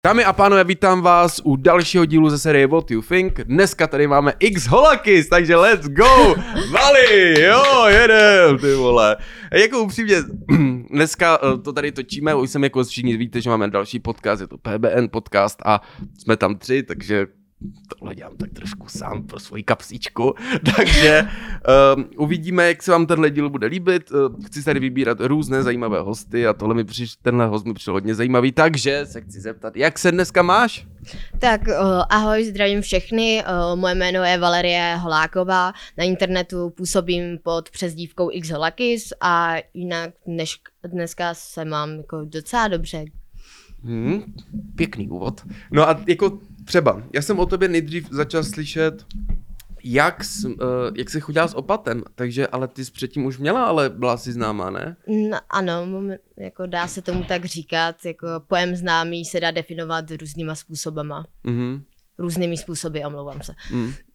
Dámy a pánové, vítám vás u dalšího dílu ze série What You Think. Dneska tady máme X Holakis, takže let's go! Vali, jo, jedem, ty vole. Jako upřímně, dneska to tady točíme, už jsem jako všichni víte, že máme další podcast, je to PBN podcast a jsme tam 3, takže tohle dělám tak trošku sám pro svoji kapsičku, takže uvidíme, jak se vám tenhle díl bude líbit. Chci tady vybírat různé zajímavé hosty a tenhle host mi přišel hodně zajímavý, takže se chci zeptat, jak se dneska máš? Tak ahoj, zdravím všechny, moje jméno je Valerie Holáková, na internetu působím pod přezdívkou X Holakis a jinak dneska se mám jako docela dobře. Pěkný úvod. No a jako třeba, já jsem o tobě nejdřív začal slyšet, jak jsi chodila s opatem, takže, ale ty jsi předtím už měla, ale byla jsi známá, ne? No, ano, jako dá se tomu tak říkat, jako pojem známý se dá definovat různýma způsobama. Mm-hmm. Různými způsoby, omlouvám se.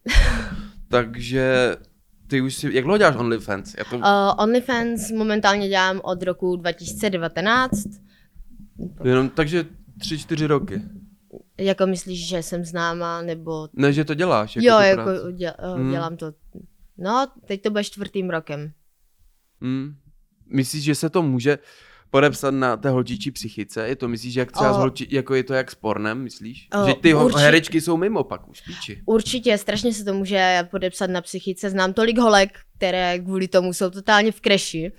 Takže ty už si, jak dlouho děláš OnlyFans? OnlyFans momentálně dělám od roku 2019. Jenom, takže 3-4 roky. Jako myslíš, že jsem známá, nebo... Ne, že to děláš. Jako jo, jako dělám to. No, teď to bude 4. rokem. Myslíš, že se to může podepsat na té holčičí psychice? Je to, myslíš, jak třeba jako je to jak s pornem, myslíš? Že ty herečky jsou mimo pak už píči. Určitě, strašně se to může podepsat na psychice. Znám tolik holek, které kvůli tomu jsou totálně v kreši,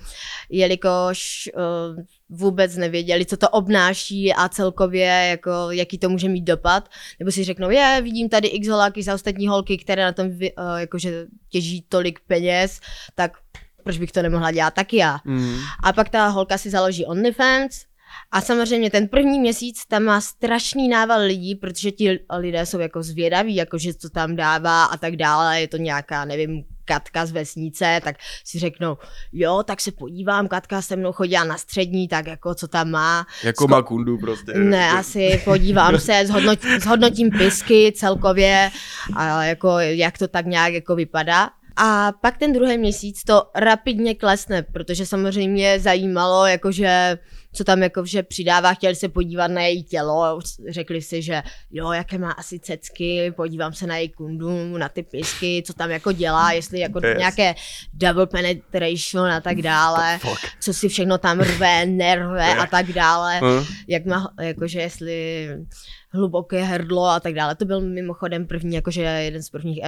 jelikož vůbec nevěděli, co to obnáší a celkově, jako, jaký to může mít dopad. Nebo si řeknou, vidím tady X holáky za ostatní holky, které na tom jakože těží tolik peněz, tak proč bych to nemohla dělat taky já. A pak ta holka si založí OnlyFans a samozřejmě ten první měsíc tam má strašný nával lidí, protože ti lidé jsou jako zvědaví, jakože co tam dává a tak dále, je to nějaká, nevím, Katka z vesnice, tak si řeknou, jo, tak se podívám, Katka se mnou chodila na střední, tak jako co tam má. Jako má kundu prostě. Ne, asi podívám se, zhodnotím pisky celkově a jako jak to tak nějak jako vypadá. A pak ten druhý měsíc to rapidně klesne, protože samozřejmě zajímalo, jakože, co tam jakože přidává, chtěli se podívat na její tělo, řekli si, že jo, jaké má asi cecky, podívám se na její kundu, na ty pisky, co tam jako dělá, jestli jako nějaké double penetration a tak dále, co si všechno tam rve, nerve a tak dále, jak má, jakože jestli hluboké hrdlo a tak dále. To byl mimochodem první, jakože jeden z prvních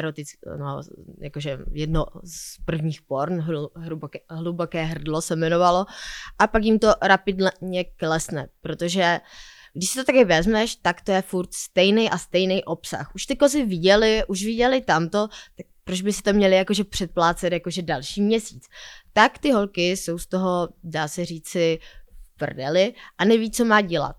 jakože jedno z prvních porn, hluboké hrdlo se jmenovalo. A pak jim to rapidně klesne, protože když si to taky vezmeš, tak to je furt stejný obsah. Už ty kozy viděli tamto, tak proč by si to měli jakože předplácet jakože další měsíc. Tak ty holky jsou z toho, dá se říci, prdeli a neví, co má dělat.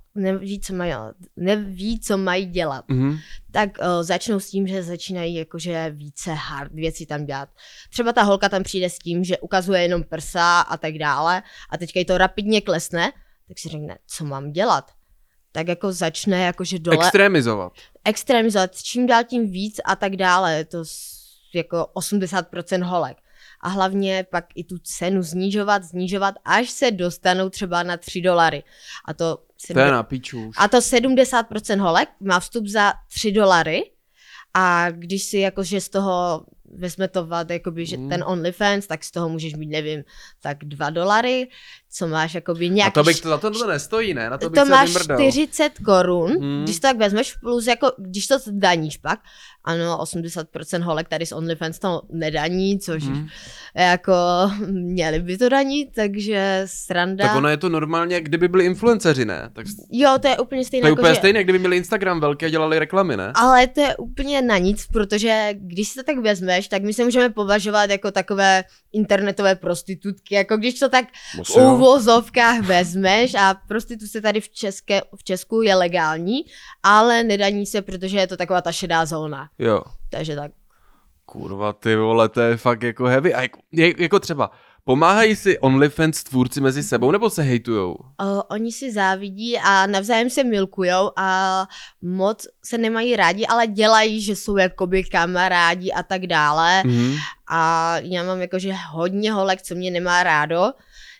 Neví, co mají dělat. Tak začnou s tím, že začínají jakože více hard věci tam dělat. Třeba ta holka tam přijde s tím, že ukazuje jenom prsa a tak dále a teďka jí to rapidně klesne, tak si řekne, co mám dělat. Tak jako začne jakože dole... Extrémizovat, čím dál tím víc a tak dále. Je to jako 80% holek. A hlavně pak i tu cenu znižovat, až se dostanou třeba na $3. A to je na piču už. A to 70% holek má vstup za $3. A když si jakože z toho vezmetovat jakoby, že ten OnlyFans, tak z toho můžeš mít, nevím, tak $2, co máš jakoby nějaký... A to za to nestojí, ne? Na to bych to se máš vymrdal. 40 korun, když to tak vezmeš, plus jako, když to daníš pak, ano, 80% holek tady z OnlyFans to nedaní, což jako měli by to danit, takže sranda. Tak ono je to normálně, kdyby byli influenceři, ne? Tak... Jo, to je úplně stejné. To je úplně stejné, kdyby měli Instagram velký a dělali reklamy, ne? Ale to je úplně na nic, protože když si to tak vezmeš, tak my se můžeme považovat jako takové internetové prostitutky, jako když to tak v uvozovkách vezmeš a prostituce tady v Česku je legální, ale nedaní se, protože je to taková ta šedá zóna. Jo. Takže tak. Kurva, ty vole, to je fakt jako heavy. A jako třeba, pomáhají si OnlyFans tvůrci mezi sebou, nebo se hejtujou? Oni si závidí a navzájem se milkujou a moc se nemají rádi, ale dělají, že jsou jakoby kamarádi a tak dále. A já mám jakože hodně holek, co mě nemá rádo,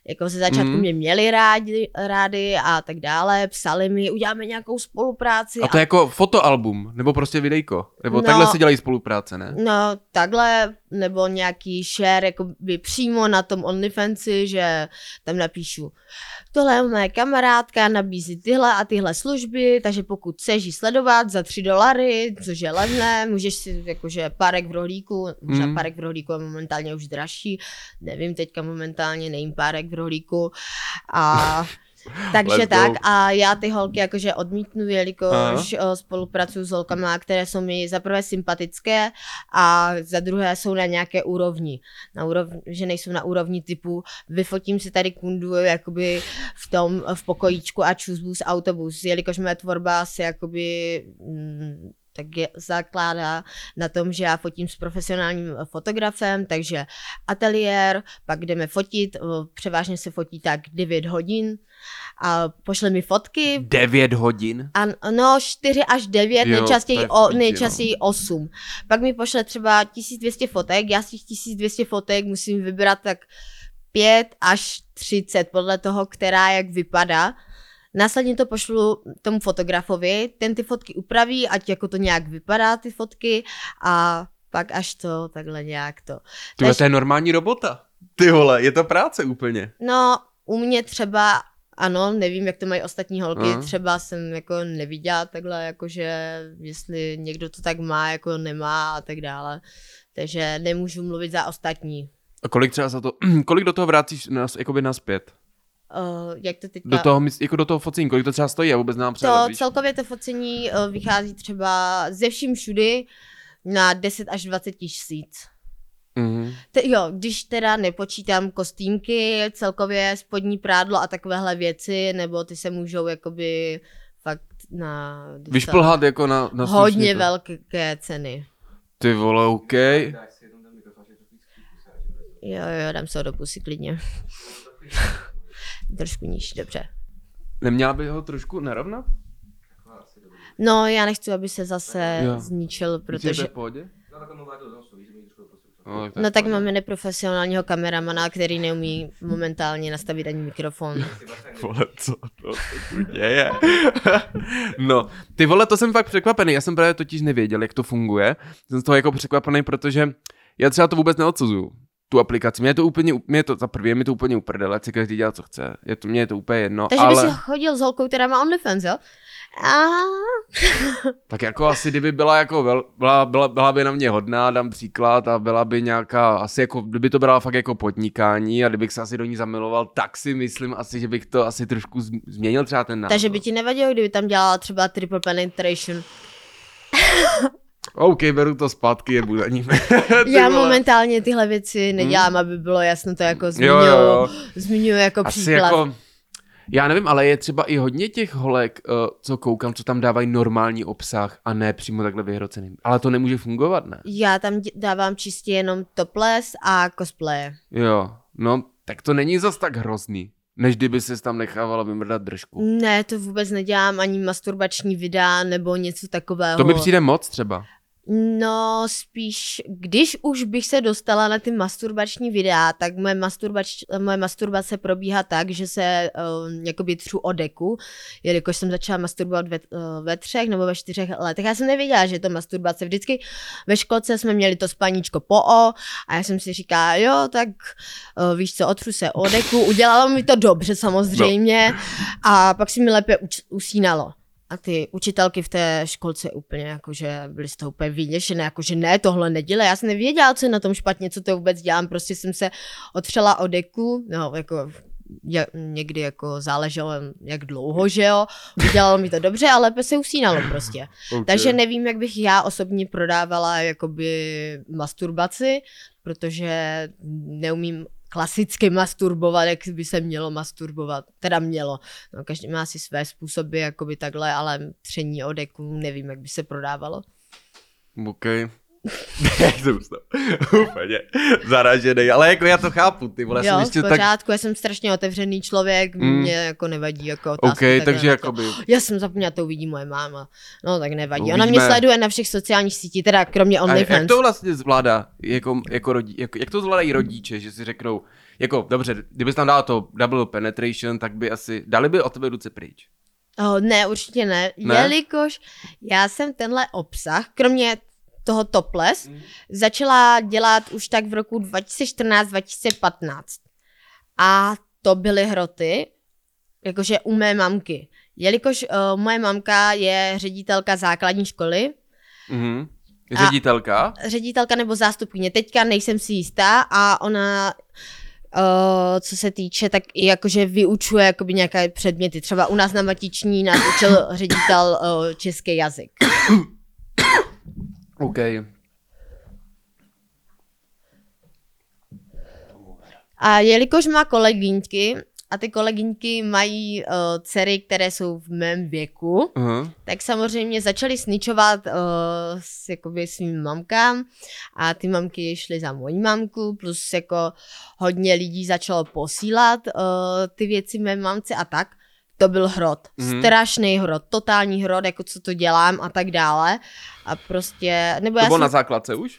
Jako ze začátku mě měli rádi a tak dále, psali mi, uděláme nějakou spolupráci. A to je jako fotoalbum, nebo prostě videjko? Nebo takhle se dělají spolupráce, ne? No, takhle, nebo nějaký share, jakoby přímo na tom OnlyFansi, že tam napíšu, tohle je moje kamarádka, nabízí tyhle a tyhle služby, takže pokud chceš ji sledovat za $3, což je levné, můžeš si jakože párek v rohlíku, možná párek v rohlíku je momentálně už dražší, nevím, teďka momentálně nejím párek v rohlíku a takže tak a já ty holky jakože odmítnu, jelikož spolupracuju s holkama, které jsou mi za prvé sympatické a za druhé jsou na nějaké úrovni. Že nejsou na úrovni typu vyfotím si tady kundu jakoby v pokojíčku a čus autobus, jelikož moje tvorba se jakoby tak zakládá na tom, že já fotím s profesionálním fotografem, takže ateliér, pak jdeme fotit, převážně se fotí tak 9 hodin a pošle mi fotky. 9 hodin? No 4 až 9, nejčastěji 8. Pak mi pošle třeba 1200 fotek, já z těch 1200 fotek musím vybrat tak 5 až 30 podle toho, která jak vypadá. Následně to pošlu tomu fotografovi, ten ty fotky upraví, ať jako to nějak vypadá ty fotky a pak až to takhle nějak to. To je normální robota. Ty vole, je to práce úplně. No, u mě třeba, ano, nevím, jak to mají ostatní holky, třeba jsem jako neviděla takhle, jakože jestli někdo to tak má, jako nemá a tak dále. Takže nemůžu mluvit za ostatní. A kolik do toho vrátíš jakoby naspět? Jak to teďka... Do toho focení, kolik to třeba stojí, já vůbec nemám přehled, víš? Celkově to focení vychází třeba ze vším všudy na 10 až 20 tisíc. Když teda nepočítám kostýmky, celkově spodní prádlo a takovéhle věci, nebo ty se můžou jakoby fakt vyšplhat jako na hodně velké ceny. Ty vole, OK. Jo, dám se ho do pusy klidně. Trošku níž, dobře. Neměla by ho trošku narovnat? No, já nechci, aby se zase zničil, protože... No tak máme neprofesionálního kameramana, který neumí momentálně nastavit ani mikrofon. Vole, co to tu děje? No, ty vole, to jsem fakt překvapený, já jsem právě totiž nevěděl, jak to funguje. Jsem z toho jako překvapený, protože já třeba to vůbec neodsuzuju. Tu aplikaci. Mě je to úplně uprdele, ať si každý dělá, co chce. Mně je to úplně jedno, takže by si chodil s holkou, která má OnlyFans, jo? Tak jako asi, kdyby byla jako, byla by na mě hodná, dám příklad a byla by nějaká, asi jako, kdyby to brala fakt jako podnikání a kdybych se asi do ní zamiloval, tak si myslím asi, že bych to asi trošku změnil třeba ten názor. Takže by ti nevadilo, kdyby tam dělala třeba triple penetration. OK, beru to zpátky, je budaním. Já momentálně tyhle věci nedělám, aby bylo jasno, to jako zmiňuji jako asi příklad. Jako, já nevím, ale je třeba i hodně těch holek, co koukám, co tam dávají normální obsah a ne přímo takhle vyhrocený. Ale to nemůže fungovat, ne? Já tam dávám čistě jenom topless a cosplay. Jo, no tak to není zas tak hrozný. Než kdyby ses tam nechávala vymrdat držku. Ne, to vůbec nedělám, ani masturbační videa nebo něco takového. To mi přijde moc třeba. No spíš, když už bych se dostala na ty masturbační videa, tak moje masturbace probíhá tak, že se jakoby třu o deku, jelikož jsem začala masturbovat ve 3 nebo ve 4 letech. Já jsem nevěděla, že je to masturbace. Vždycky ve školce jsme měli to spaníčko po O a já jsem si říkala, jo, tak víš co, otřu se o deku, udělalo mi to dobře samozřejmě a pak si mi lépe usínalo. A ty učitelky v té školce úplně jakože byly z toho úplně vyděšené, jakože ne, tohle nedělej. Já jsem nevěděla, co je na tom špatně, co to vůbec dělám, prostě jsem se otřela o deku, no jako někdy jako záleželo jak dlouho, že jo, udělalo mi to dobře, ale lépe se usínalo prostě. Okay. Takže nevím, jak bych já osobně prodávala jakoby masturbaci, protože neumím klasicky masturbovat, jak by se mělo masturbovat. Teda mělo. No, každý má si své způsoby, jakoby takhle, ale tření o deku nevím, jak by se prodávalo. OK. Jsem úplně zaražený, ale jako já to chápu, ty vole. Jo, v pořádku, já jsem strašně otevřený člověk, mě jako nevadí jako otázky. OK, takže jakoby... Já jsem zapomněla, to uvidí moje máma. No tak nevadí, uvidíme. Ona mě sleduje na všech sociálních sítích, teda kromě OnlyFans. Jak to vlastně zvládá, jak to zvládají rodiče, že si řeknou, Jako, dobře, kdybys tam dala to double penetration, tak by asi, dali by od tebe ruce pryč. Ne, určitě ne, jelikož já jsem tenhle obsah, kromě toho topless, začala dělat už tak v roku 2014-2015. A to byly hroty, jakože u mé mamky. Jelikož moje mamka je ředitelka základní školy. Ředitelka? Ředitelka nebo zástupkyně. Teďka nejsem si jistá a ona, co se týče, tak i jakože vyučuje jakoby nějaké předměty. Třeba u nás na matiční nás učil ředitel český jazyk. OK. A jelikož má kolegyňky, a ty kolegyňky mají dcery, které jsou v mém věku, tak samozřejmě začaly sničovat jakoby svým mamkám a ty mamky šly za mojí mamku, plus jako hodně lidí začalo posílat ty věci mé mamce a tak. To byl hrot, strašný hrot, totální hrot, jako co to dělám a tak dále. A prostě, nebo to bylo na základce už?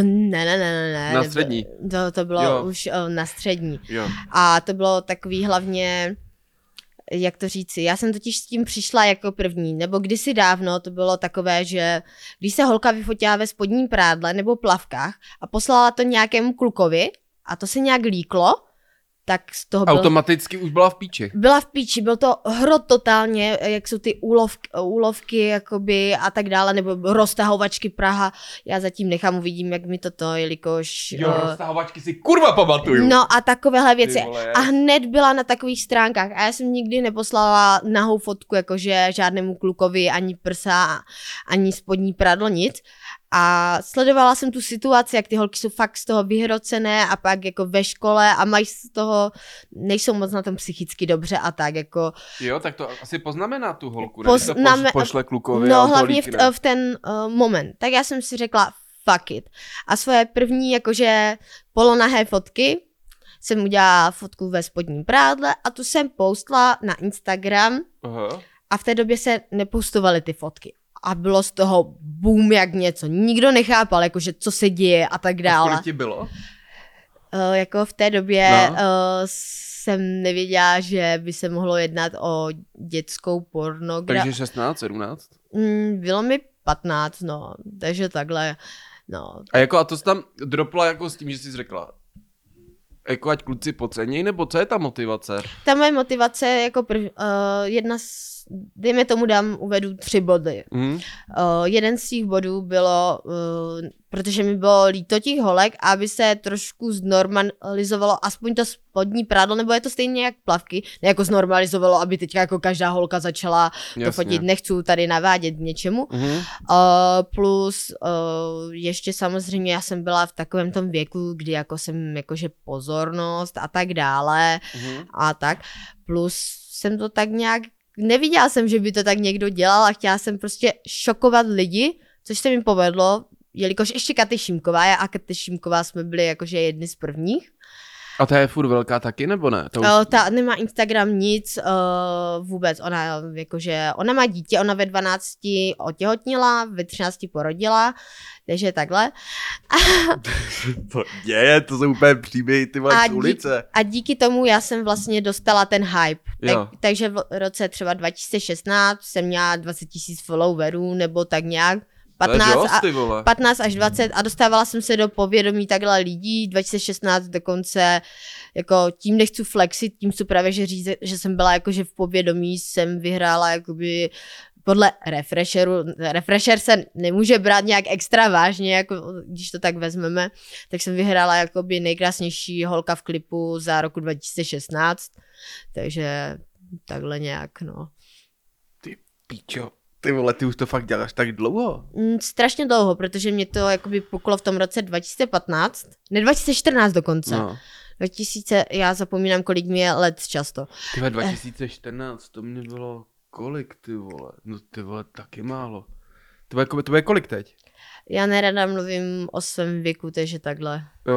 Ne. Na střední? To bylo už na střední. Jo. A to bylo takový hlavně, jak to říci, já jsem totiž s tím přišla jako první, nebo kdysi dávno to bylo takové, že když se holka vyfotila ve spodním prádle nebo plavkách a poslala to nějakému klukovi a to se nějak líklo, tak z toho automaticky už byla v píči. Byla v píči, byl to hrot totálně, jak jsou ty úlovky jakoby a tak dále, nebo roztahovačky Praha. Já zatím nechám, uvidím, jak mi to, jelikož... Jo, roztahovačky si kurva pamatuju. No a takovéhle věci. A hned byla na takových stránkách a já jsem nikdy neposlala nahou fotku, jakože žádnému klukovi, ani prsa, ani spodní pradlo, nic. A sledovala jsem tu situaci, jak ty holky jsou fakt z toho vyhrocené a pak jako ve škole a mají z toho, nejsou moc na tom psychicky dobře a tak jako... Jo, tak to asi poznamená tu holku, ne? To pošle klukovi. No hlavně v ten moment. Tak já jsem si řekla fuck it. A svoje první jakože polonahé fotky jsem udělala fotku ve spodním prádle a tu jsem postla na Instagram. A v té době se nepostovaly ty fotky. A bylo z toho boom jak něco. Nikdo nechápal, jakože co se děje a tak dále. A kolik ti bylo? Jako v té době jsem nevěděla, že by se mohlo jednat o dětskou pornografii. Takže 16, 17? Bylo mi 15, no. Takže takhle, no. A to jsi tam dropla jako s tím, že jsi řekla, jako ať kluci pocenějí, nebo co je ta motivace? Ta moje motivace jako dejme tomu uvedu 3 body. Jeden z těch bodů bylo, protože mi bylo líto těch holek, aby se trošku znormalizovalo aspoň to spodní prádlo, nebo je to stejně jak plavky, ne jako znormalizovalo, aby teď jako každá holka začala to fotit, nechci tady navádět k něčemu. Plus ještě samozřejmě já jsem byla v takovém tom věku, kdy jako jsem jakože pozornost a tak dále a tak. Plus jsem to tak nějak neviděla jsem, že by to tak někdo dělal a chtěla jsem prostě šokovat lidi, což se mi povedlo, jelikož ještě Katy Šimková, já a Katy Šimková jsme byli jakože jedni z prvních. A ta je furt velká taky, nebo ne? Ta nemá Instagram nic vůbec, ona má dítě, ona ve 12 otěhotnila, ve 13 porodila, takže takhle. To jsou úplně příběhy ty z ulice. A díky tomu já jsem vlastně dostala ten hype. Takže v roce třeba 2016 jsem měla 20 000 followerů, nebo tak nějak. 15 až 20 a dostávala jsem se do povědomí takhle lidí, 2016 dokonce, jako tím nechci flexit, tím chci právě říct, že jsem byla jakože v povědomí, jsem vyhrála jakoby podle Refresher se nemůže brát nějak extra vážně, jako když to tak vezmeme, tak jsem vyhrála jakoby nejkrásnější holka v klipu za roku 2016, takže takhle nějak, no. Ty píčo. Ty vole, ty už to fakt děláš tak dlouho? Strašně dlouho, protože mě to jakoby puklo v tom roce 2015, ne 2014 dokonce. No. 2000, já zapomínám, kolik mi je let často. Tyhle 2014, to mě bylo kolik, ty vole? No ty vole, taky málo. To bude kolik teď? Já nerada mluvím o svém věku, takže takhle. Jo.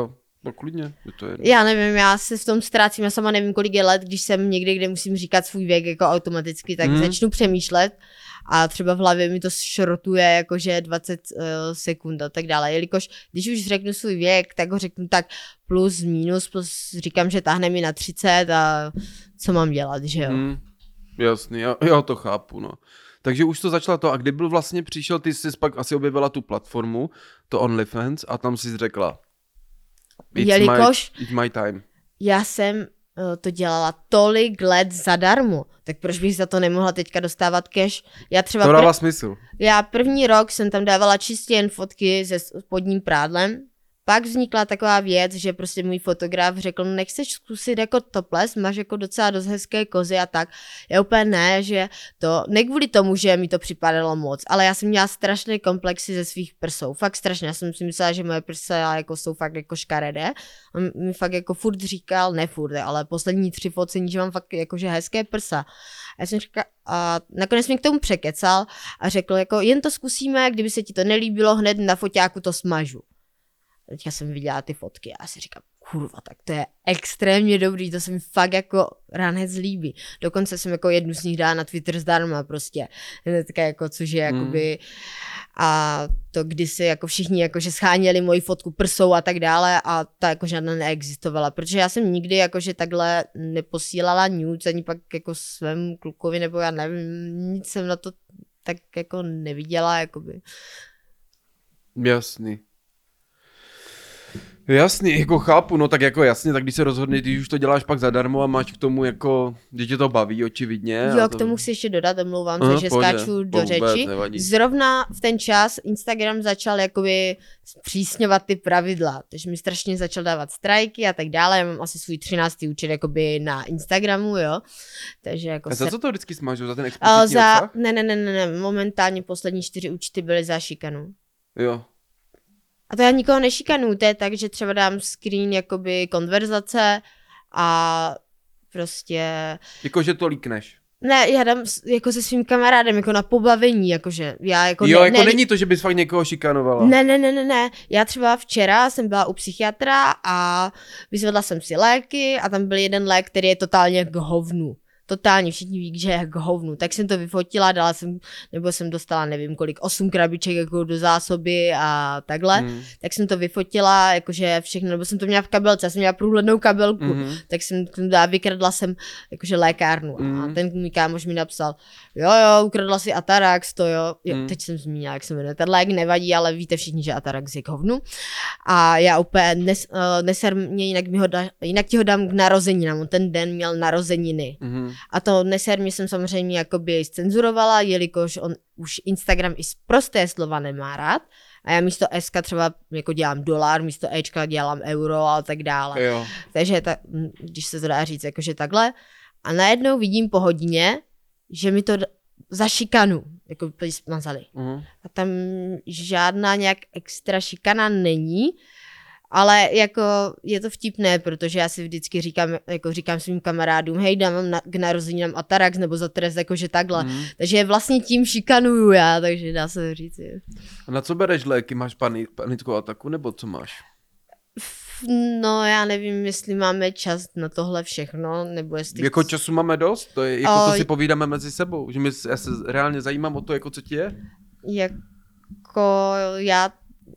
No klidně, to je. Já nevím, já se v tom ztrácím, já sama nevím, kolik je let, když jsem někde, kde musím říkat svůj věk jako automaticky, tak začnu přemýšlet a třeba v hlavě mi to šrotuje jakože 20 sekund a tak dále, jelikož když už řeknu svůj věk, tak ho řeknu tak plus, minus, plus říkám, že táhne mi na 30 a co mám dělat, že jo. Jasný, já to chápu, no. Takže už to začalo to, a kdy byl vlastně přišel, ty jsi pak asi objevila tu platformu, to OnlyFans, a tam jsi řekla, jelikož it's my time. Já jsem to dělala tolik let zadarmo, tak proč bych za to nemohla teďka dostávat cash? Já třeba to dává smysl. Já první rok jsem tam dávala čistě jen fotky se spodním prádlem, pak vznikla taková věc, že prostě můj fotograf řekl, nechceš zkusit jako topless, máš jako docela dost hezké kozy a tak. Já úplně ne, že to, ne kvůli tomu, že mi to připadalo moc, ale já jsem měla strašné komplexy ze svých prsou, fakt strašně, já jsem si myslela, že moje prsa jako jsou fakt jako škaredé. On mi fakt jako furt říkal, ne furt, ale poslední 3 focení, že mám fakt jakože hezké prsa. A já jsem říkala, a nakonec mi k tomu překecal a řekl jako, jen to zkusíme, kdyby se ti to nelíbilo, hned na foťáku to smažu. Teďka jsem viděla ty fotky a já si říkám, kurva, tak to je extrémně dobrý, to se mi fakt jako hned líbí. Dokonce jsem jako jednu z nich dala na Twitter zdarma prostě, hnedka jako, což je jakoby, a to kdysi jako všichni jakože scháněli moji fotku prsou a tak dále a ta jako žádná neexistovala, protože já jsem nikdy jakože takhle neposílala nudes ani pak jako svému klukovi, nebo já nevím, nic jsem na to tak jako neviděla, jakoby. Jasný, jako chápu, no tak jako jasně, tak když se rozhodne, když už to děláš pak zadarmo a máš k tomu jako, že tě to baví očividně. Jo, to... k tomu chci ještě dodat, omlouvám se, že skáču do řeči. Nevadí. Zrovna v ten čas Instagram začal jakoby zpřísňovat ty pravidla, takže mi strašně začal dávat strajky a tak dále, já mám asi svůj 13. účet jakoby na Instagramu, jo. Takže jako a za co to vždycky smažu, za ten explicitní obsah? Ne, momentálně poslední 4 účty byly za šikanu. Jo. A to já nikoho nešikanuju, to je tak, že třeba dám screen jakoby konverzace a prostě... Jako, že to líkneš. Ne, já dám jako se svým kamarádem, jako na pobavení, jakože já jako... Jo, jako není to, že bys fakt někoho šikanovala. Ne. Já třeba včera jsem byla u psychiatra a vyzvedla jsem si léky a tam byl jeden lék, který je totálně k hovnu. Totálně všichni ví, že je k hovnu. Tak jsem to vyfotila, dala jsem, nebo jsem dostala nevím kolik, 8 krabiček jako do zásoby a takhle. Tak jsem to vyfotila, jakože všechno, nebo jsem to měla v kabelce, já jsem měla průhlednou kabelku, tak jsem vykradla jsem jakože lékárnu. A ten můj kámoš mi napsal, jo, ukradla si Atarax, to jo. Teď jsem zmínila, jak se jmenuje. Ten lék nevadí, ale víte všichni, že Atarax je k hovnu. A já úplně neser mě, jinak ti ho dám k narozeninám. On ten den měl narozeniny. A to nesermě jsem samozřejmě jakoby cenzurovala, jelikož on už Instagram i prosté slova nemá rád. A já místo SK třeba jako dělám $, místo Ečka dělám euro a tak dále. Jo. Takže když se to dá říct jakože takhle. A najednou vidím po hodině, že mi to za šikanu jako smazali. A tam žádná nějak extra šikana není. Ale jako je to vtipné, protože já si vždycky říkám svým kamarádům, hej, dám k narozeninám Atarax nebo za trest, jakože takhle. Takže vlastně tím šikanuju já, takže dá se říct. A na co bereš léky? Máš panickou ataku nebo co máš? No já nevím, jestli máme čas na tohle všechno, nebo jestli... Jako času máme dost? To je, jako to si povídáme mezi sebou, že já se reálně zajímám o to, jako co ti je? Jako já...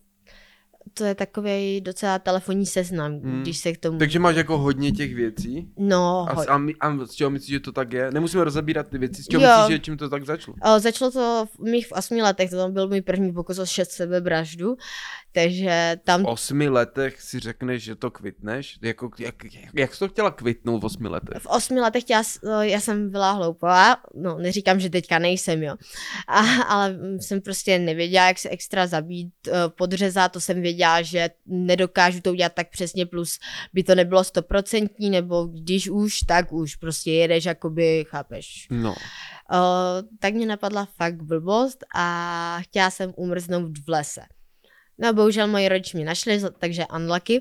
To je takový docela telefonní seznam, když se k tomu... Takže máš jako hodně těch věcí? No. A z čeho myslíš, že to tak je? Nemusíme rozebírat ty věci, z čeho myslíš, že čím to tak začalo? Začalo to v mých 8 letech, to byl můj první pokus o 6 sebevraždu, takže tam... V 8 letech si řekneš, že to kvitneš? Jako, jak jsi to chtěla kvitnout v 8 letech? V 8 letech já jsem byla hloupá, no neříkám, že teďka nejsem, jo, ale jsem prostě nevěděla, jak se extra zabít, podřezat, to jsem věděla, že nedokážu to udělat tak přesně, plus by to nebylo 100%, nebo když už, tak už prostě jedeš, jakoby, chápeš. No. Tak mě napadla fakt blbost a chtěla jsem umrznout v lese. No bohužel moji rodiče mě našli, takže unlucky.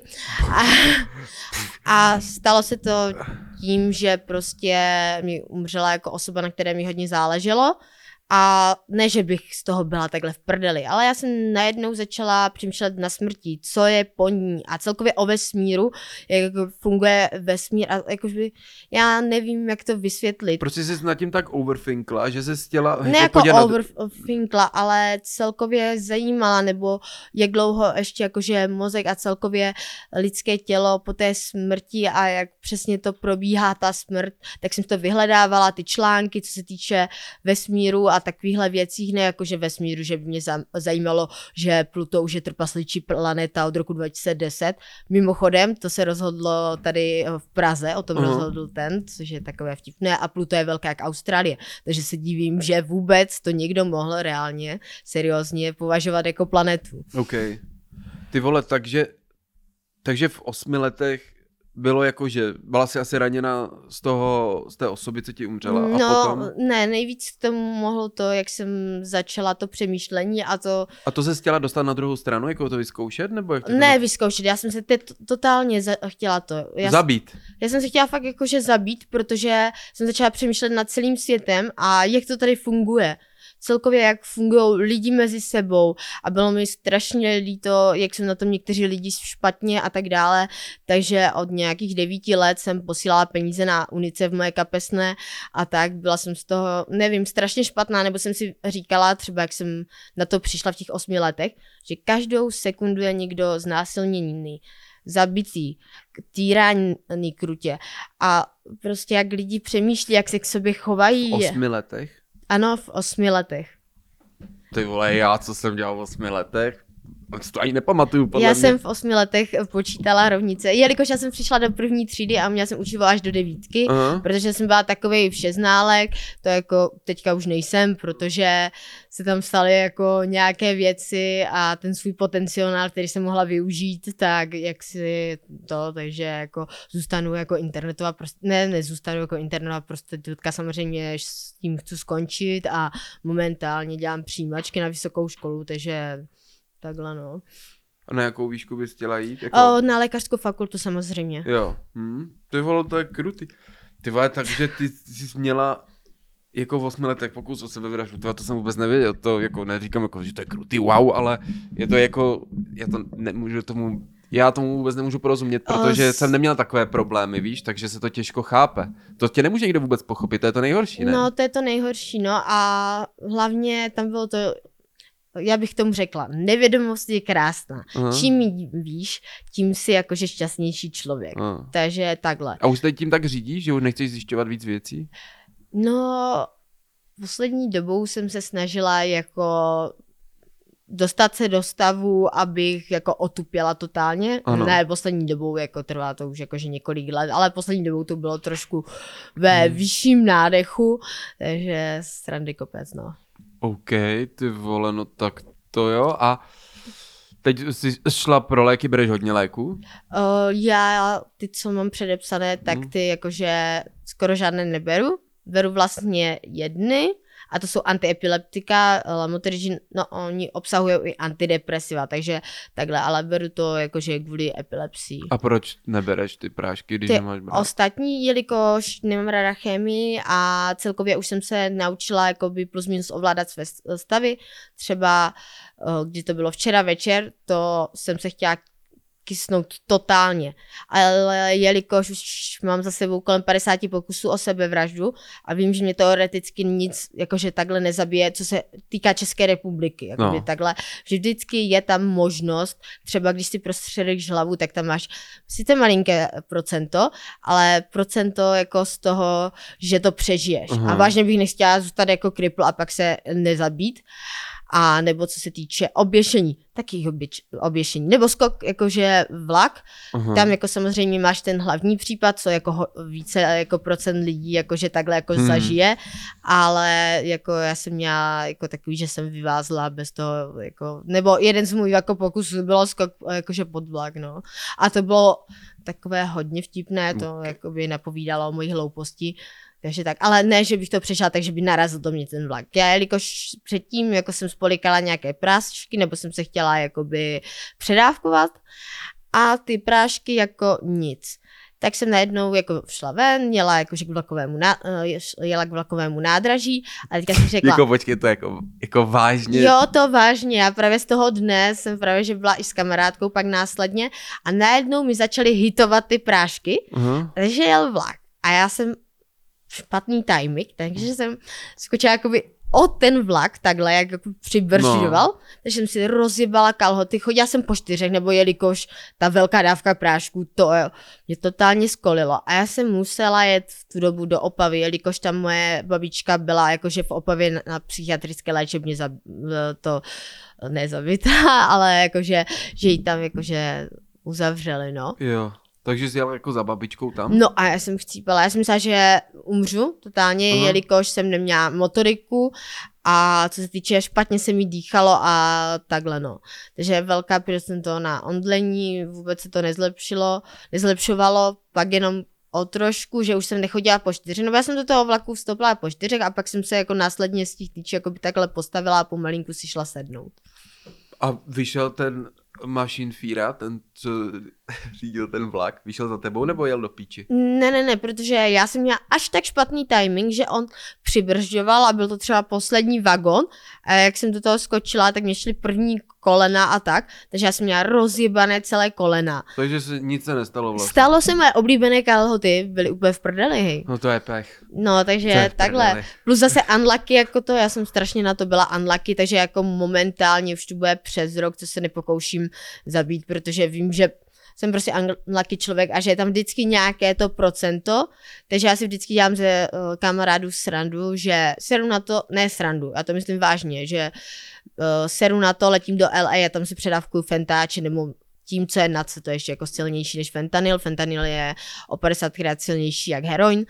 A stalo se to tím, že prostě mi umřela jako osoba, na které mi hodně záleželo. A ne, že bych z toho byla takhle v prdeli, ale já jsem najednou začala přemýšlet na smrti, co je po ní a celkově o vesmíru, jak funguje vesmír a jakoby já nevím, jak to vysvětlit. Proč jsi nad tím tak overthinkla, že jsi chtěla... Ne jako overthinkla, ale celkově zajímala, nebo jak dlouho ještě jakože mozek a celkově lidské tělo po té smrti a jak přesně to probíhá ta smrt, tak jsem to vyhledávala, ty články, co se týče vesmíru a takovýchhle věcí, ne jakože vesmíru, že by mě zajímalo, že Pluto už je trpasličí planeta od roku 2010. Mimochodem, to se rozhodlo tady v Praze, o tom rozhodl ten, což je takové vtipné a Pluto je velká jak Austrálie, takže se divím, že vůbec to někdo mohl reálně, seriózně považovat jako planetu. OK. Ty vole, takže v 8 letech bylo jako, že byla jsi asi raněna z té osoby, co ti umřela a potom... Ne, nejvíc k tomu mohlo to, jak jsem začala to přemýšlení a to... A to se chtěla dostat na druhou stranu, jako to vyzkoušet, nebo jak to Ne, vyzkoušet, já jsem se totálně chtěla to. Zabít. Já jsem se chtěla fakt jakože zabít, protože jsem začala přemýšlet nad celým světem a jak to tady funguje. Celkově, jak fungují lidi mezi sebou a bylo mi strašně líto, jak jsou na tom někteří lidi špatně a tak dále, takže od nějakých 9 let jsem posílala peníze na UNICEF v moje kapesné a tak byla jsem z toho, nevím, strašně špatná, nebo jsem si říkala, třeba jak jsem na to přišla v těch 8 letech, že každou sekundu je někdo znásilněný, zabitý, týraný krutě a prostě jak lidi přemýšlí, jak se k sobě chovají. V 8 letech? Ano, v 8 letech. Ty vole, já co jsem dělal v 8 letech? To ani nepamatuju, podle Já mě. jsem v 8 letech počítala rovnice, jelikož já jsem přišla do 1. třídy a měla jsem učila až do 9, protože jsem byla takovej všeználek, to jako teďka už nejsem, protože se tam staly jako nějaké věci a ten svůj potenciál, který jsem mohla využít, tak jak si to, takže jako zůstanu jako internetová nezůstanu jako internetová prostitutka, samozřejmě s tím chci skončit a momentálně dělám přijímačky na vysokou školu, takže takhle, no. A na jakou výšku bys chtěla jít? Jako... Na lékařskou fakultu samozřejmě. Jo. Ty vole, to je krutý. Ty vole, takže ty jsi měla jako v 8 letech pokus o sebevraždu. To jsem vůbec nevěděl. To jako neříkám, jako, že to je krutý, wow, ale je to jako, já tomu vůbec nemůžu porozumět, protože jsem neměla takové problémy, víš, takže se to těžko chápe. To tě nemůže někdo vůbec pochopit, to je to nejhorší, ne? No, to je to nejhorší, no a hlavně tam bylo to, já bych tomu řekla, nevědomost je krásná. Čím ji víš, tím jsi jakože šťastnější člověk. Takže takhle. A už teď tím tak řídíš, že už nechceš zjišťovat víc věcí? No, poslední dobou jsem se snažila jako dostat se do stavu, abych jako otupěla totálně. Ano. Ne, poslední dobou, jako trvá to už jakože několik let, ale poslední dobou to bylo trošku ve vyšším nádechu, takže srandy kopec, no. OK, ty vole, no tak to jo. A teď jsi šla pro léky, bereš hodně léků? Já ty, co mám předepsané, tak ty jakože skoro žádné neberu. Beru vlastně jedny, a to jsou antiepileptika, lamotrigin, no oni obsahují i antidepresiva, takže takhle, ale beru to jakože kvůli epilepsii. A proč nebereš ty prášky, když nemáš brát? Ostatní, jelikož nemám ráda chemii a celkově už jsem se naučila jakoby plus minus ovládat své stavy, třeba když to bylo včera večer, to jsem se chtěla kysnout totálně, ale jelikož už mám za sebou kolem 50 pokusů o sebevraždu a vím, že mě teoreticky nic jakože takhle nezabije, co se týká České republiky, jakoby takhle, že vždycky je tam možnost, třeba když si prostředíš hlavu, tak tam máš sice malinké procento, ale procento jako z toho, že to přežiješ. A vážně bych nechtěla zůstat jako kripl a pak se nezabít. A nebo co se týče oběšení, taky oběšení, nebo skok jakože vlak, tam jako samozřejmě máš ten hlavní případ, co jako více jako procent lidí jakože takhle jako zažije, ale jako já jsem měla jako takový, že jsem vyvázla bez toho jako, nebo jeden z můj jako pokusů bylo skok jakože pod vlak, no. A to bylo takové hodně vtipné, to jakoby napovídalo o mojí hlouposti. Takže tak, ale ne, že bych to přešla, takže by narazil do mě ten vlak. Já, jelikož předtím jako jsem spolikala nějaké prášky, nebo jsem se chtěla jakoby předávkovat a ty prášky jako nic. tak jsem najednou jako šla ven, jela k vlakovému nádraží a teďka jsem řekla... Jako počkej, to jako vážně. Jo, to vážně, já právě z toho dne jsem právě, že byla i s kamarádkou pak následně a najednou mi začaly hitovat ty prášky, takže jel vlak a já jsem špatný timing, takže jsem skočila jakoby o ten vlak, takhle, jak jako přibržďoval, takže jsem si rozjebala kalhoty, chodila jsem po 4, nebo jelikož ta velká dávka prášku, to mě totálně skolilo. A já jsem musela jet v tu dobu do Opavy, jelikož tam moje babička byla jakože v Opavě na psychiatrické léčebně nezabitá, ale jakože, že ji tam jakože uzavřeli, no. Jo. Takže jsi jela jako za babičkou tam? No a já jsem chcípala, já jsem myslela, že umřu totálně, jelikož jsem neměla motoriku a co se týče, špatně se mi dýchalo a takhle no. Takže velká procento na omdlení, vůbec se to nezlepšovalo, pak jenom o trošku, že už jsem nechodila po 4, no já jsem do toho vlaku vstoupila po 4 a pak jsem se jako následně z těch týčí jako by takhle postavila a pomalinku si šla sednout. A vyšel ten mašinfíra, ten, co řídil ten vlak, vyšel za tebou nebo jel do píči? Ne, protože já jsem měla až tak špatný timing, že on přibržďoval a byl to třeba poslední vagon a jak jsem do toho skočila, tak mě šly první kolena a tak, takže já jsem měla rozjebané celé kolena. Takže se nic se nestalo vlastně. Stalo se, moje oblíbené kalhoty byly úplně v prdeli, hej. No to je pech. No, takže takhle. Plus zase unlucky jako to, já jsem strašně na to byla unlucky, takže jako momentálně už to bude přes rok, co se nepokouším zabít, protože vím, že jsem prostě unlucky člověk a že je tam vždycky nějaké to procento, takže já si vždycky dělám ze kamarádů srandu, že seru na to, ne srandu, já to myslím vážně, že seru na to, letím do LA a tam si předávkuju fentáče nebo tím, co je nad se, to je ještě jako silnější než fentanyl. Fentanyl je o 50krát silnější jak heroin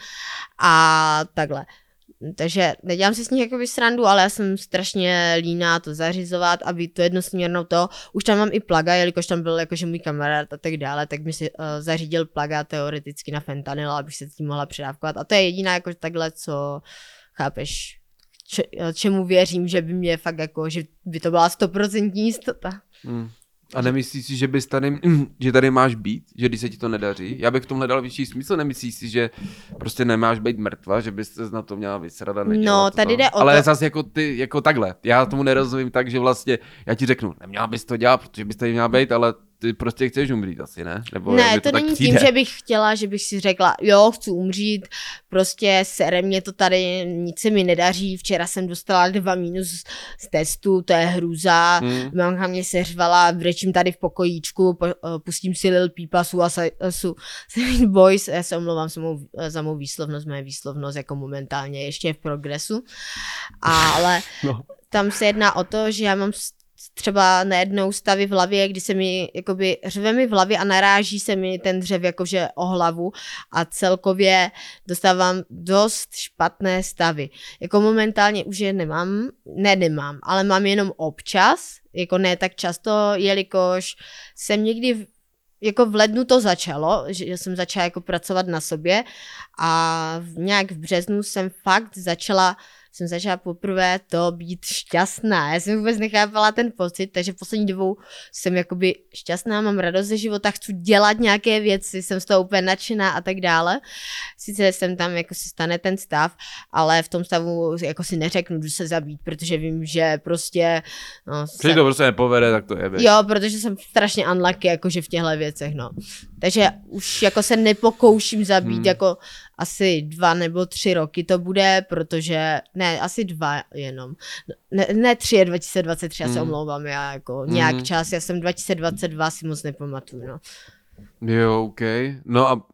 a takhle. Takže nedělám si s nich jakoby srandu, ale já jsem strašně líná to zařizovat, aby to jednosměrnou to, už tam mám i plaga, jelikož tam byl jakože můj kamarád a tak dále, tak mi si zařídil plaga teoreticky na fentanyl, abych se tím mohla předávkovat a to je jediná jako takhle, co chápeš, čemu věřím, že by mě fakt jako, že by to byla 100% jistota. A nemyslíš si, že tady máš být, že když se ti to nedaří? Já bych v tom hledal větší smysl, nemyslíš si, že prostě nemáš být mrtva, že bys se na to měla vysrat a nedělat. No, tady jde o ale to... zase jako ty, jako takhle, já tomu nerozumím tak, že vlastně, já ti řeknu, neměla bys to dělat, protože bys tady měla být, ale ty prostě chceš umřít asi, ne? Nebo ne, to není přijde. tím, že bych chtěla, že bych si řekla, jo, chci umřít, prostě sere mě to tady, nic se mi nedaří, včera jsem dostala 2 minus z testu, to je hrůza, mamka mě seřvala, brečím tady v pokojíčku, pustím si Lil Peepa, Sweet Boys, já se omlouvám za mou výslovnost, moje výslovnost jako momentálně ještě je v progresu, ale tam se jedná o to, že já mám třeba najednou stavy v hlavě, kdy se mi jakoby řve mi v hlavě a naráží se mi ten dřev jakože o hlavu a celkově dostávám dost špatné stavy. Jako momentálně už je nemám, ale mám jenom občas, jako ne tak často, jelikož jsem někdy jako v lednu to začalo, že jsem začala jako pracovat na sobě a nějak v březnu jsem fakt začala poprvé to být šťastná. Já jsem vůbec nechápala ten pocit, takže v poslední dobou jsem jakoby šťastná, mám radost ze života, chci dělat nějaké věci, jsem z toho úplně nadšená a tak dále. Sice jsem tam, jako si stane ten stav, ale v tom stavu jako si neřeknu, jdu se zabít, protože vím, že prostě... No, když to prostě nepovede, tak to je. Jo, protože jsem strašně unlucky, jakože v těchto věcech, no. Takže už jako se nepokouším zabít, jako asi 2 nebo 3 roky to bude, protože, ne, asi 2 jenom. Ne 3 je 2023, já se omlouvám, já jako nějak čas, já jsem 2022 si moc nepamatuju, no. Jo, OK. No a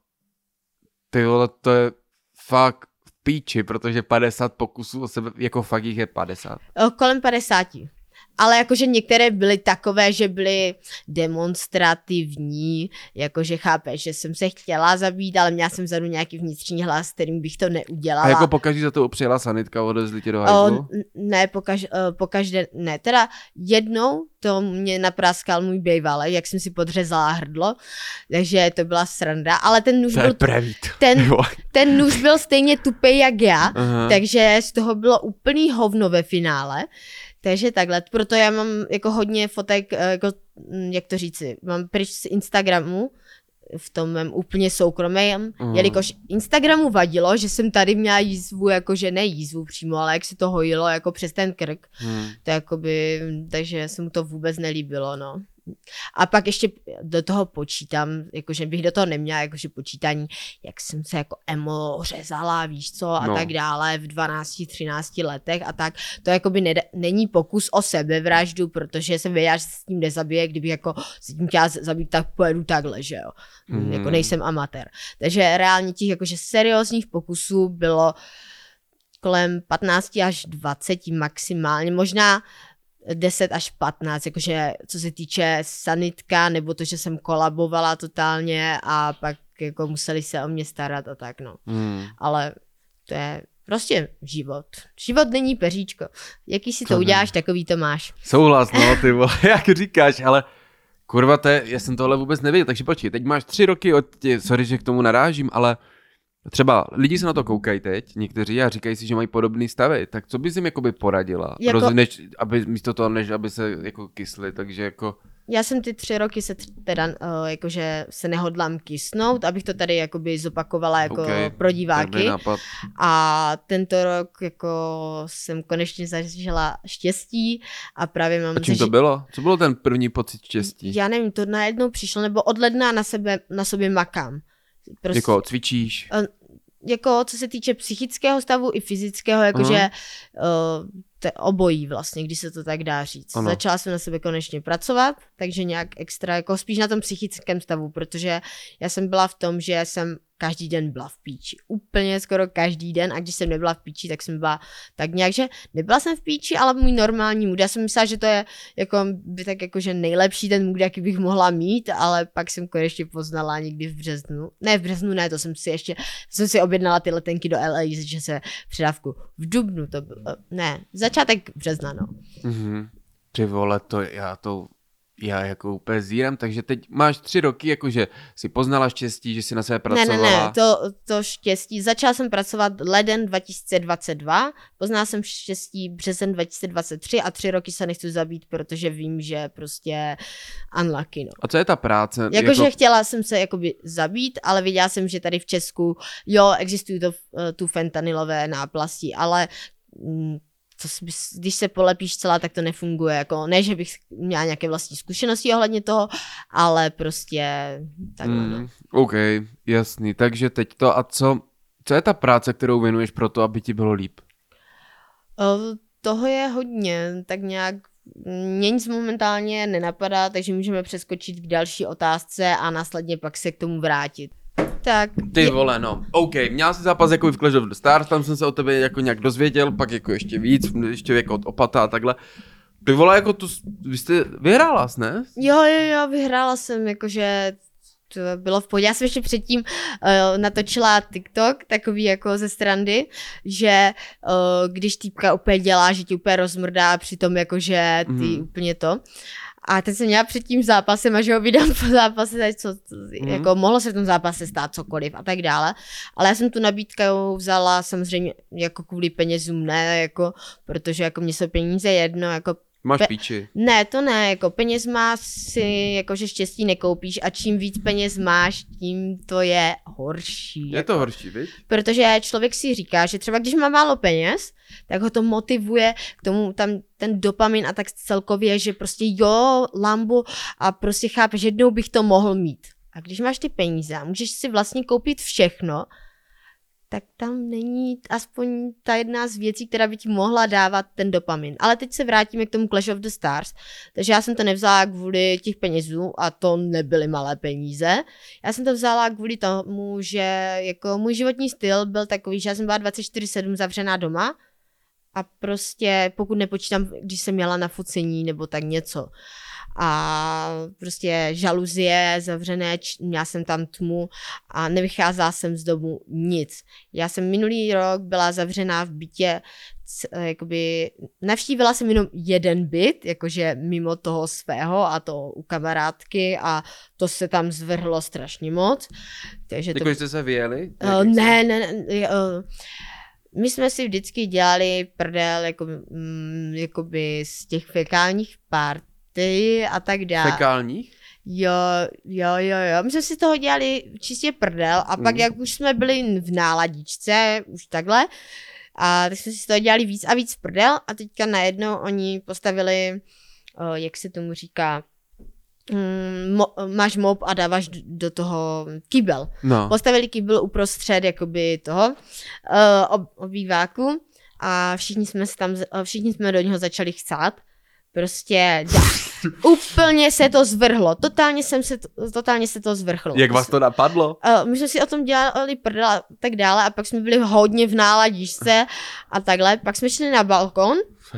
ty vole, to je fakt v píči, protože 50 pokusů o sebe, jako fakt jich je 50. Kolem 50. Ale jakože některé byly takové, že byly demonstrativní, jakože chápeš, že jsem se chtěla zabít, ale měla jsem vzadu nějaký vnitřní hlas, kterým bych to neudělala. A jako pokaždý za to přijela sanitka, odezli tě do hajzlu? Ne, pokaždé ne. Teda jednou to mě napráskal můj bejvalej, jak jsem si podřezala hrdlo, takže to byla sranda, ale ten nůž byl... Ten nůž byl stejně tupej jak já, takže z toho bylo úplný hovno ve finále. Takže takhle, proto já mám jako hodně fotek, jako, jak to říci, mám pryč z Instagramu, v tom mém úplně soukromém, jelikož Instagramu vadilo, že jsem tady měla jízvu, jakože ne jízvu přímo, ale jak se to hojilo jako přes ten krk, to jakoby, takže se mu to vůbec nelíbilo, no. A pak ještě do toho počítám, jakože bych do toho neměla jakože počítání, jak jsem se jako emo řezala, víš co, a tak dále v 12-13 letech a tak. To jakoby není pokus o sebevraždu, protože jsem věděla, že se s tím nezabije, kdybych jako se tím chtěla zabít, tak pojedu takhle, že jo. Jako nejsem amatér. Takže reálně těch jakože seriózních pokusů bylo kolem 15 až 20 maximálně, možná 10 až 15, jakože co se týče sanitka, nebo to, že jsem kolabovala totálně a pak jako museli se o mě starat a tak, no. Ale to je prostě život. Život není peříčko. Jaký si to uděláš, takový to máš. Souhlas, no, ty vole, jak říkáš, ale kurva, já jsem tohle vůbec nevěděl, takže počkej, teď máš 3 roky sorry, že k tomu narážím, ale třeba lidi se na to koukají teď, někteří, a říkají si, že mají podobný stavy, tak co bys jim jakoby poradila? Aby místo toho, než aby se jako kysli, takže jako... Já jsem ty 3 roky se teda jakože se nehodlám kysnout, abych to tady jakoby zopakovala jako pro diváky. A tento rok jako jsem konečně zažila štěstí a právě mám... A čím to bylo? Co bylo ten první pocit štěstí? Já nevím, to najednou přišlo, nebo od ledna na sobě makám. Prostě, jako cvičíš? Jako co se týče psychického stavu i fyzického, jakože obojí vlastně, když se to tak dá říct. Začala jsem na sebe konečně pracovat, takže nějak extra, jako spíš na tom psychickém stavu, protože já jsem byla v tom, že jsem každý den byla v píči. Úplně skoro každý den, a když jsem nebyla v píči, tak jsem byla tak nějak, že nebyla jsem v píči, ale můj normální mood. Já jsem myslela, že to je jako, by tak jakože nejlepší ten mood, jaký bych mohla mít, ale pak jsem konečně poznala někdy v březnu. Ne, v březnu ne, to jsem si objednala ty letenky do LA, že se předávku v dubnu to bylo, ne, začátek března, no. Ty vole, já jako úplně zírám, takže teď máš 3 roky, jakože si poznala štěstí, že si na sebe pracovala. Ne, to štěstí, začala jsem pracovat leden 2022, poznala jsem štěstí březen 2023 a 3 roky se nechci zabít, protože vím, že prostě unlucky, no. A co je ta práce? Jakože chtěla jsem se jakoby zabít, ale viděla jsem, že tady v Česku, existují tu fentanylové náplasti, ale... když se polepíš celá, tak to nefunguje. Jako, ne, že bych měla nějaké vlastní zkušenosti ohledně toho, ale prostě takhle. No. OK, jasný. Takže teď to, a co je ta práce, kterou věnuješ pro to, aby ti bylo líp? Toho je hodně, tak nějak mě nic momentálně nenapadá, takže můžeme přeskočit k další otázce a následně pak se k tomu vrátit. Tak. Ty vole, no. OK, měl jsi zápas jako v Clash of the Stars, tam jsem se o tebe jako nějak dozvěděl, pak jako ještě víc, ještě jako od Opata a takhle. Ty vole, jako vy jste vyhrála, ne? Jo, vyhrála jsem, jakože to bylo v pohodě. Já jsem ještě předtím natočila TikTok, takový jako ze strandy, že když týpka úplně dělá, že ti úplně rozmrdá, přitom jakože ty úplně to. A teď jsem měla před tím zápasem a že ho vydám po zápase, jako mohlo se v tom zápase stát cokoliv a tak dále. Ale já jsem tu nabídku vzala samozřejmě jako kvůli penězům, ne, jako, protože jako mě jsou peníze jedno, jako máš píči. Ne, to ne, jako peněz má si, jakože štěstí nekoupíš a čím víc peněz máš, tím to je horší. Je to horší, viď? Protože člověk si říká, že třeba když má málo peněz, tak ho to motivuje k tomu tam ten dopamin a tak celkově, že prostě Lambo a prostě chápeš, že jednou bych to mohl mít. A když máš ty peníze a můžeš si vlastně koupit všechno, tak tam není aspoň ta jedna z věcí, která by ti mohla dávat ten dopamin. Ale teď se vrátíme k tomu Clash of the Stars. Takže já jsem to nevzala kvůli těch penězů a to nebyly malé peníze. Já jsem to vzala kvůli tomu, že jako můj životní styl byl takový, že já jsem byla 24/7 zavřená doma a prostě pokud nepočítám, když jsem jela na focení nebo tak něco. A prostě žaluzie zavřené, měla jsem tam tmu a nevycházela jsem z domu nic. Já jsem minulý rok byla zavřená v bytě, jakoby navštívila jsem jenom jeden byt, jakože mimo toho svého a to u kamarádky a to se tam zvrhlo strašně moc. Takže jako jste se vyjeli? Ne. My jsme si vždycky dělali prdel jakoby z těch fekálních party a tak dále. Fekálních? Jo. My jsme si toho dělali čistě prdel a pak jak už jsme byli v náladičce, už takhle, a tak jsme si toho dělali víc a víc prdel a teďka najednou oni postavili, jak se tomu říká, máš mop a dáváš do toho kýbel. No. Postavili kýbel uprostřed jakoby toho obýváku a všichni jsme do něho začali chcát. Prostě úplně se to zvrhlo. Totálně se to zvrhlo. Jak vás to napadlo? My jsme si o tom dělali prdel a tak dále a pak jsme byli hodně v náladičce a takhle. Pak jsme šli na balkon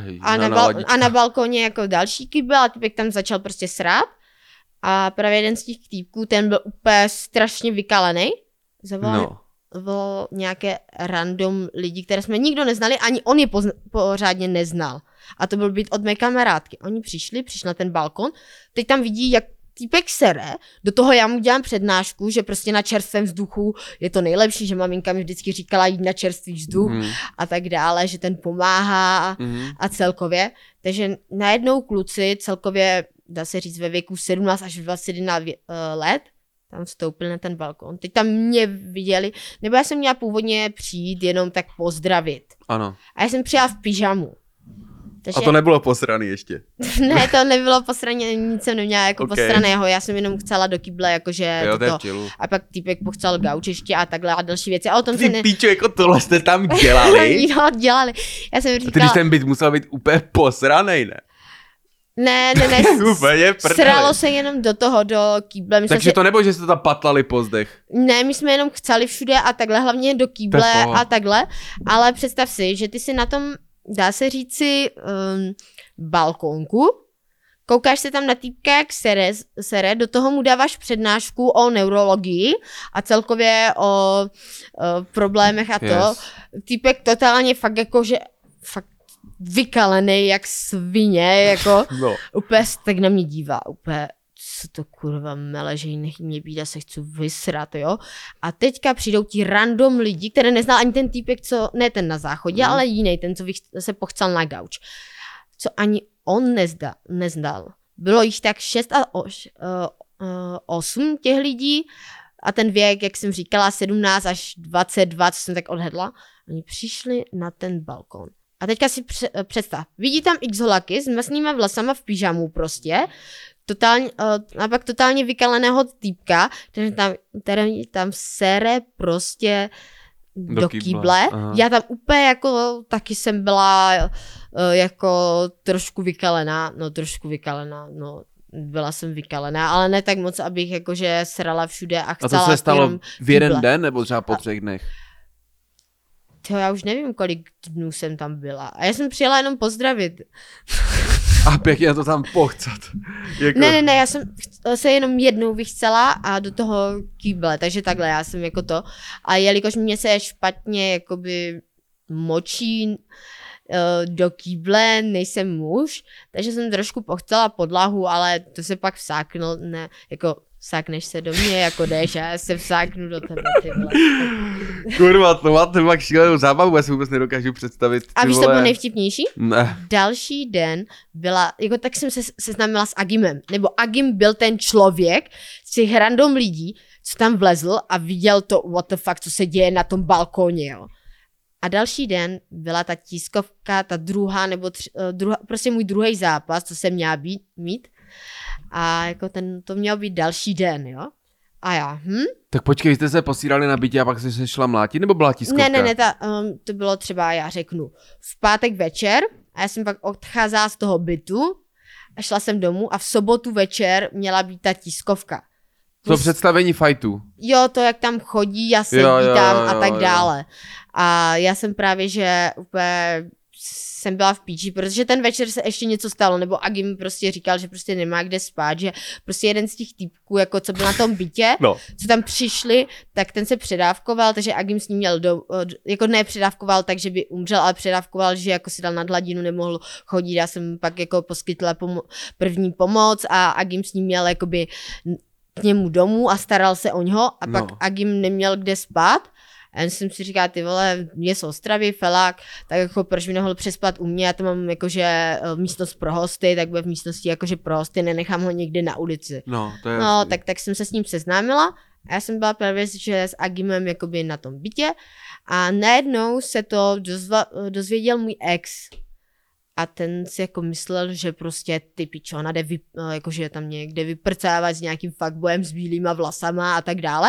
a na balkoně jako další kýbel a typek tam začal prostě srát. A právě jeden z těch týpků, ten byl úplně strašně vykalený. Zavolal nějaké random lidi, které jsme nikdo neznali, ani on je pořádně neznal. A to byl být od mé kamarádky. Oni přišli na ten balkon, teď tam vidí, jak týpek sere, do toho já mu dělám přednášku, že prostě na čerstvém vzduchu je to nejlepší, že maminka mi vždycky říkala jít na čerstvý vzduch a tak dále, že ten pomáhá a celkově. Takže najednou kluci celkově, dá se říct ve věku 17 až 21 let, tam vstoupili na ten balkon. Teď tam mě viděli, nebo já jsem měla původně přijít jenom tak pozdravit. Ano. A já jsem přijela v pyžamu. Takže... A to nebylo posraný ještě? Ne, to nebylo posrané, nic jsem neměla jako posraného, já jsem jenom chcela do kyble, jakože toto. A pak týpek pochcel gauč ještě a takhle a další věci. A o tom ty píčo, jako tohle jste tam dělali? Jo, dělali. Já jsem říkala... A ty, když ten byt musel být úplně posranej, ne? Ne, sralo se jenom do kýble. Takže to nebylo, že jste tam patlali po zdech? Ne, my jsme jenom chceli všude a takhle, hlavně do kýble a takhle, ale představ si, že ty si na tom, dá se říci, balkónku, koukáš se tam na týpka, jak sere, do toho mu dáváš přednášku o neurologii a celkově o problémech a to. Yes. Týpek totálně fakt jako, že fakt vykalený jak svině, jako úplně tak na mě dívá, úplně co to kurva mele, že nech mě být, já se chci vysrat, jo. A teďka přijdou ti random lidi, které neznal ani ten týpek, co, ne ten na záchodě, ale jiný, ten, co se pochcel na gauč. Co ani on neznal. Bylo jich tak 6 a 8 těch lidí a ten věk, jak jsem říkala, 17 až 22, co jsem tak odhedla, oni přišli na ten balkon. A teďka si představ, vidí tam x holaky s masnýma vlasama v pyžamu prostě, a pak totálně vykaleného týpka, který tam sere prostě do kýble. Já tam úplně jako taky jsem byla jako trošku vykalená, byla jsem vykalená, ale ne tak moc, abych jakože srala všude a chcela. A to se stalo v jeden den nebo třeba po 3 dnech? To já už nevím, kolik dnů jsem tam byla. A já jsem přijela jenom pozdravit. A pěkně to tam pochcat. Jako... Ne, já jsem se jenom jednou vychcela a do toho kýble, takže takhle já jsem jako to. A jelikož mě se špatně jakoby močí do kýble, nejsem muž, takže jsem trošku pochcela podlahu, ale to se pak vsáknul, ne, jako vsákneš se do mě, jako jdeš a já se vsáknu do tebe, ty vole. Kurva, to máte pak šílenou zábavu, já si vůbec nedokážu představit. A víš, co bylo nejvtipnější? Ne. Další den byla, jako tak jsem se seznámila s Agimem, nebo Agim byl ten člověk z těch random lidí, co tam vlezl a viděl to, what the fuck, co se děje na tom balkóně, jo. A další den byla ta tiskovka, ta druhá, nebo prostě můj druhý zápas, co jsem měla mít. A jako to měl být další den, jo. A já, Tak počkej, jste se posírali na bytě a pak jste se šla mlátit, nebo byla tiskovka? Ne, to bylo třeba, já řeknu, v pátek večer a já jsem pak odcházela z toho bytu a šla jsem domů a v sobotu večer měla být ta tiskovka. To představení fightů. Jo, to jak tam chodí a sedí tam a tak dále. A já jsem právě, že úplně jsem byla v píči, protože ten večer se ještě něco stalo, nebo Agim prostě říkal, že prostě nemá kde spát, že prostě jeden z těch týpků, jako co byl na tom bytě, co tam přišli, tak ten se předávkoval, takže Agim s ním měl jako ne předávkoval, takže by umřel, ale předávkoval, že jako si dal nad hladinu, nemohl chodit, já jsem pak jako poskytla první pomoc a Agim s ním měl jakoby k němu domů a staral se o něho a pak Agim neměl kde spát A jen jsem si říkal, ty vole, je z Ostravy, felák, tak jako proč by nemohl přespat u mě, já tam mám jakože místnost pro hosty, tak bude v místnosti jakože pro hosty, nenechám ho někde na ulici. No, to je No, tak jsem se s ním seznámila a já jsem byla právě že s Agimem jakoby na tom bytě a najednou se to dozvěděl můj ex. A ten si jako myslel, že prostě ty pičo, ona jde jakože tam někde vyprcávat s nějakým fuckboyem s bílýma vlasama a tak dále.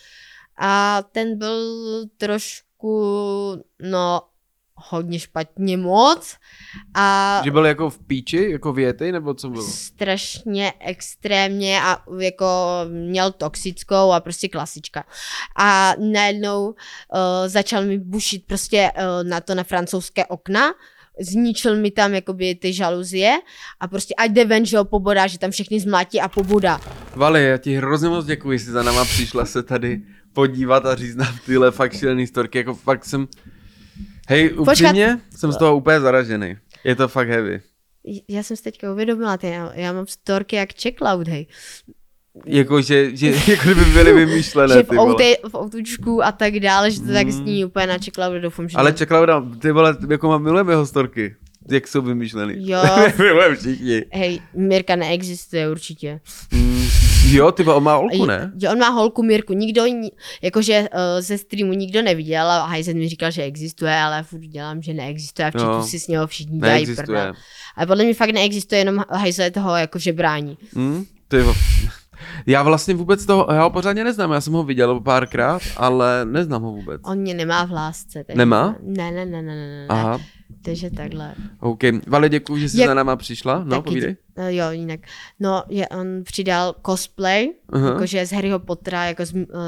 A ten byl trošku, no, hodně špatně moc. A že byl jako v píči, jako věty, nebo co bylo? Strašně extrémně a jako měl toxickou a prostě klasička. A najednou začal mi bušit prostě na francouzské okna, zničil mi tam jakoby ty žaluzie a prostě ať jde ven, že ho pobodá, že tam všechny zmlátí a pobodá. Vali, já ti hrozně moc děkuji, jsi za náma přišla se tady podívat a říct nám tyhle fakt šílený storky, jako fakt jsem, hej, upřímně, jsem z toho úplně zaražený. Je to fakt heavy. Já jsem si teďka uvědomila, já mám storky jak Checkloud, hej. Jako, že jako kdyby byly vymýšlené, že ty vole. v autučku a tak dále, že to tak zní úplně na Checkloudu, doufám, že... Ale Checklouda, ty vole, jako milujeme jeho storky. Jak jsou vymýšlený. Jo. Milujeme všichni. Hej, Mirka neexistuje určitě. Jo, ty on má holku, ne? Jo, on má holku Mirku, nikdo, jakože ze streamu nikdo neviděl a Hajzen mi říkal, že existuje, ale furt dělám, že neexistuje a v chatu si s něho všichni dělají prdel. Ale podle mě fakt neexistuje, jenom Hajzen toho jakože brání. Ty já vlastně vůbec toho, já ho pořádně neznám, já jsem ho viděl párkrát, ale neznám ho vůbec. On mě nemá v lásce. Takže... Nemá? Ne. Aha. Takže takhle. OK. Vale, děkuji, že jsi za náma přišla. No, povídej. Jo, jinak. No, on přidal cosplay, jakože z Harryho Pottera, jako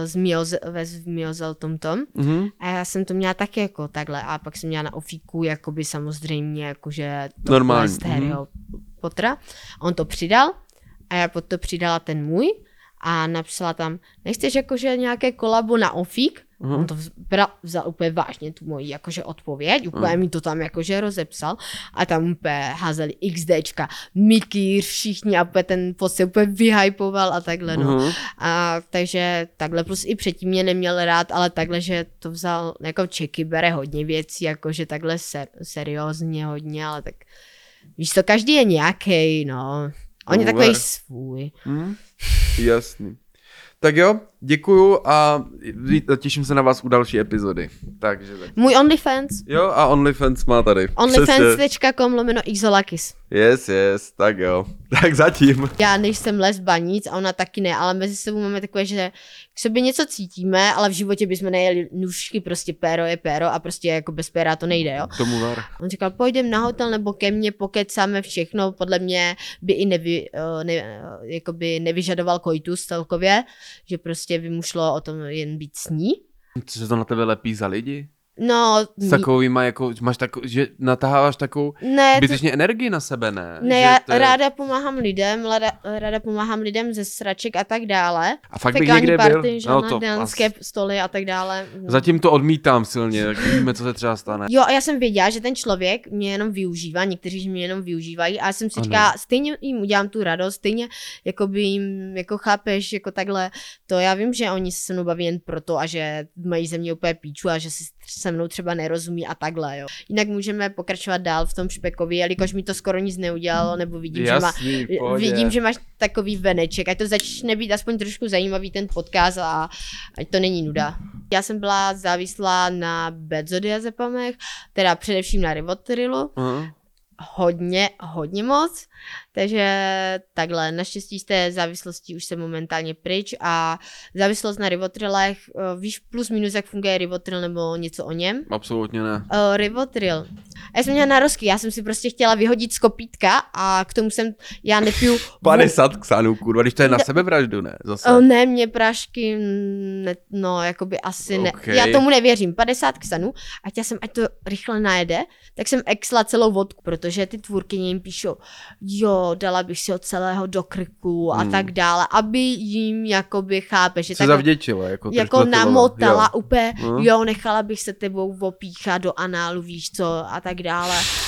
z Miozel Tom. A já jsem to měla taky jako takhle. A pak jsem měla na ofíku, jakoby samozřejmě, jakože normální. Z Harryho Pottera. On to přidal a já pod to přidala ten můj a napsala tam, nechceš jakože nějaké kolabo na ofík? On to vzal úplně vážně tu moji jakože odpověď, úplně mi to tam jakože rozepsal a tam úplně házeli XDčka, Mickey, všichni a úplně ten post se úplně vyhypoval a takhle no. A takže takhle plus i předtím mě neměl rád, ale takhle, že to vzal, jako Čeky bere hodně věcí, jakože takhle seriózně hodně, ale tak víš to, každý je nějakej, no. On je takový svůj. Jasný. Tak jo, děkuju a těším se na vás u další epizody. Takže tak. Můj OnlyFans. Jo, a OnlyFans má tady. OnlyFans.com/Ixolakis. Yes, tak jo. Tak zatím. Já nejsem lesba nic a ona taky ne, ale mezi sebou máme takové, že k sobě něco cítíme, ale v životě bychom nejeli nůžky, prostě péro je péro a prostě jako bez péra to nejde, jo. Tomu var. On říkal, půjdem na hotel nebo ke mně, pokecáme všechno, podle mě by i nevyžadoval koitus celkově, že prostě by mu šlo o tom jen být s ní. Co se to na tebe lepí za lidi? No, s takovýma, jako, máš že nataháváš takovou zbytečně energii na sebe, ne? Ne, já ráda pomáhám lidem ze sraček a tak dále. A fakt bych někde party, byl? No, dánské stoly a tak dále. No. Zatím to odmítám silně, tak víme, co se třeba stane. Jo, a já jsem věděla, že ten člověk mě jenom využívá, někteří mě jenom využívají a já jsem si říkala, stejně jim udělám tu radost, stejně jako by jim, jako chápeš, jako takhle, to já vím, že oni se mnou baví jen proto a že mají ze mě úplně píču a že si se mnou třeba nerozumí a takhle, jo. Jinak můžeme pokračovat dál v tom Špekovi, jelikož mi to skoro nic neudělalo, nebo vidím, že máš takový veneček, ať to začne být aspoň trošku zajímavý ten podcast a ať to není nuda. Já jsem byla závislá na benzodiazepamech, teda především na Rivotrilu. Hodně moc, takže takhle, naštěstí z té závislosti už jsem momentálně pryč a závislost na Rivotrilech, víš plus minus jak funguje Rivotril nebo něco o něm? Absolutně ne. Rivotril. Já jsem měla narozky, já jsem si prostě chtěla vyhodit z kopítka a k tomu já nepiju... 50 ksanů, kurva, když to je na sebevraždu, ne? Zase. Ne, mě prášky, no, jakoby asi ne. Já tomu nevěřím, 50 ksanů, ať to rychle najede, tak jsem exla celou vodku, protože ty tvůrkyně jim píšou, jo, dala bych si ho celého do krku a tak dále, aby jim jakoby chápe, že se zavděčila, jako namotala úplně, jo, nechala bych se tebou opíchat do análu, víš co, a tak dále.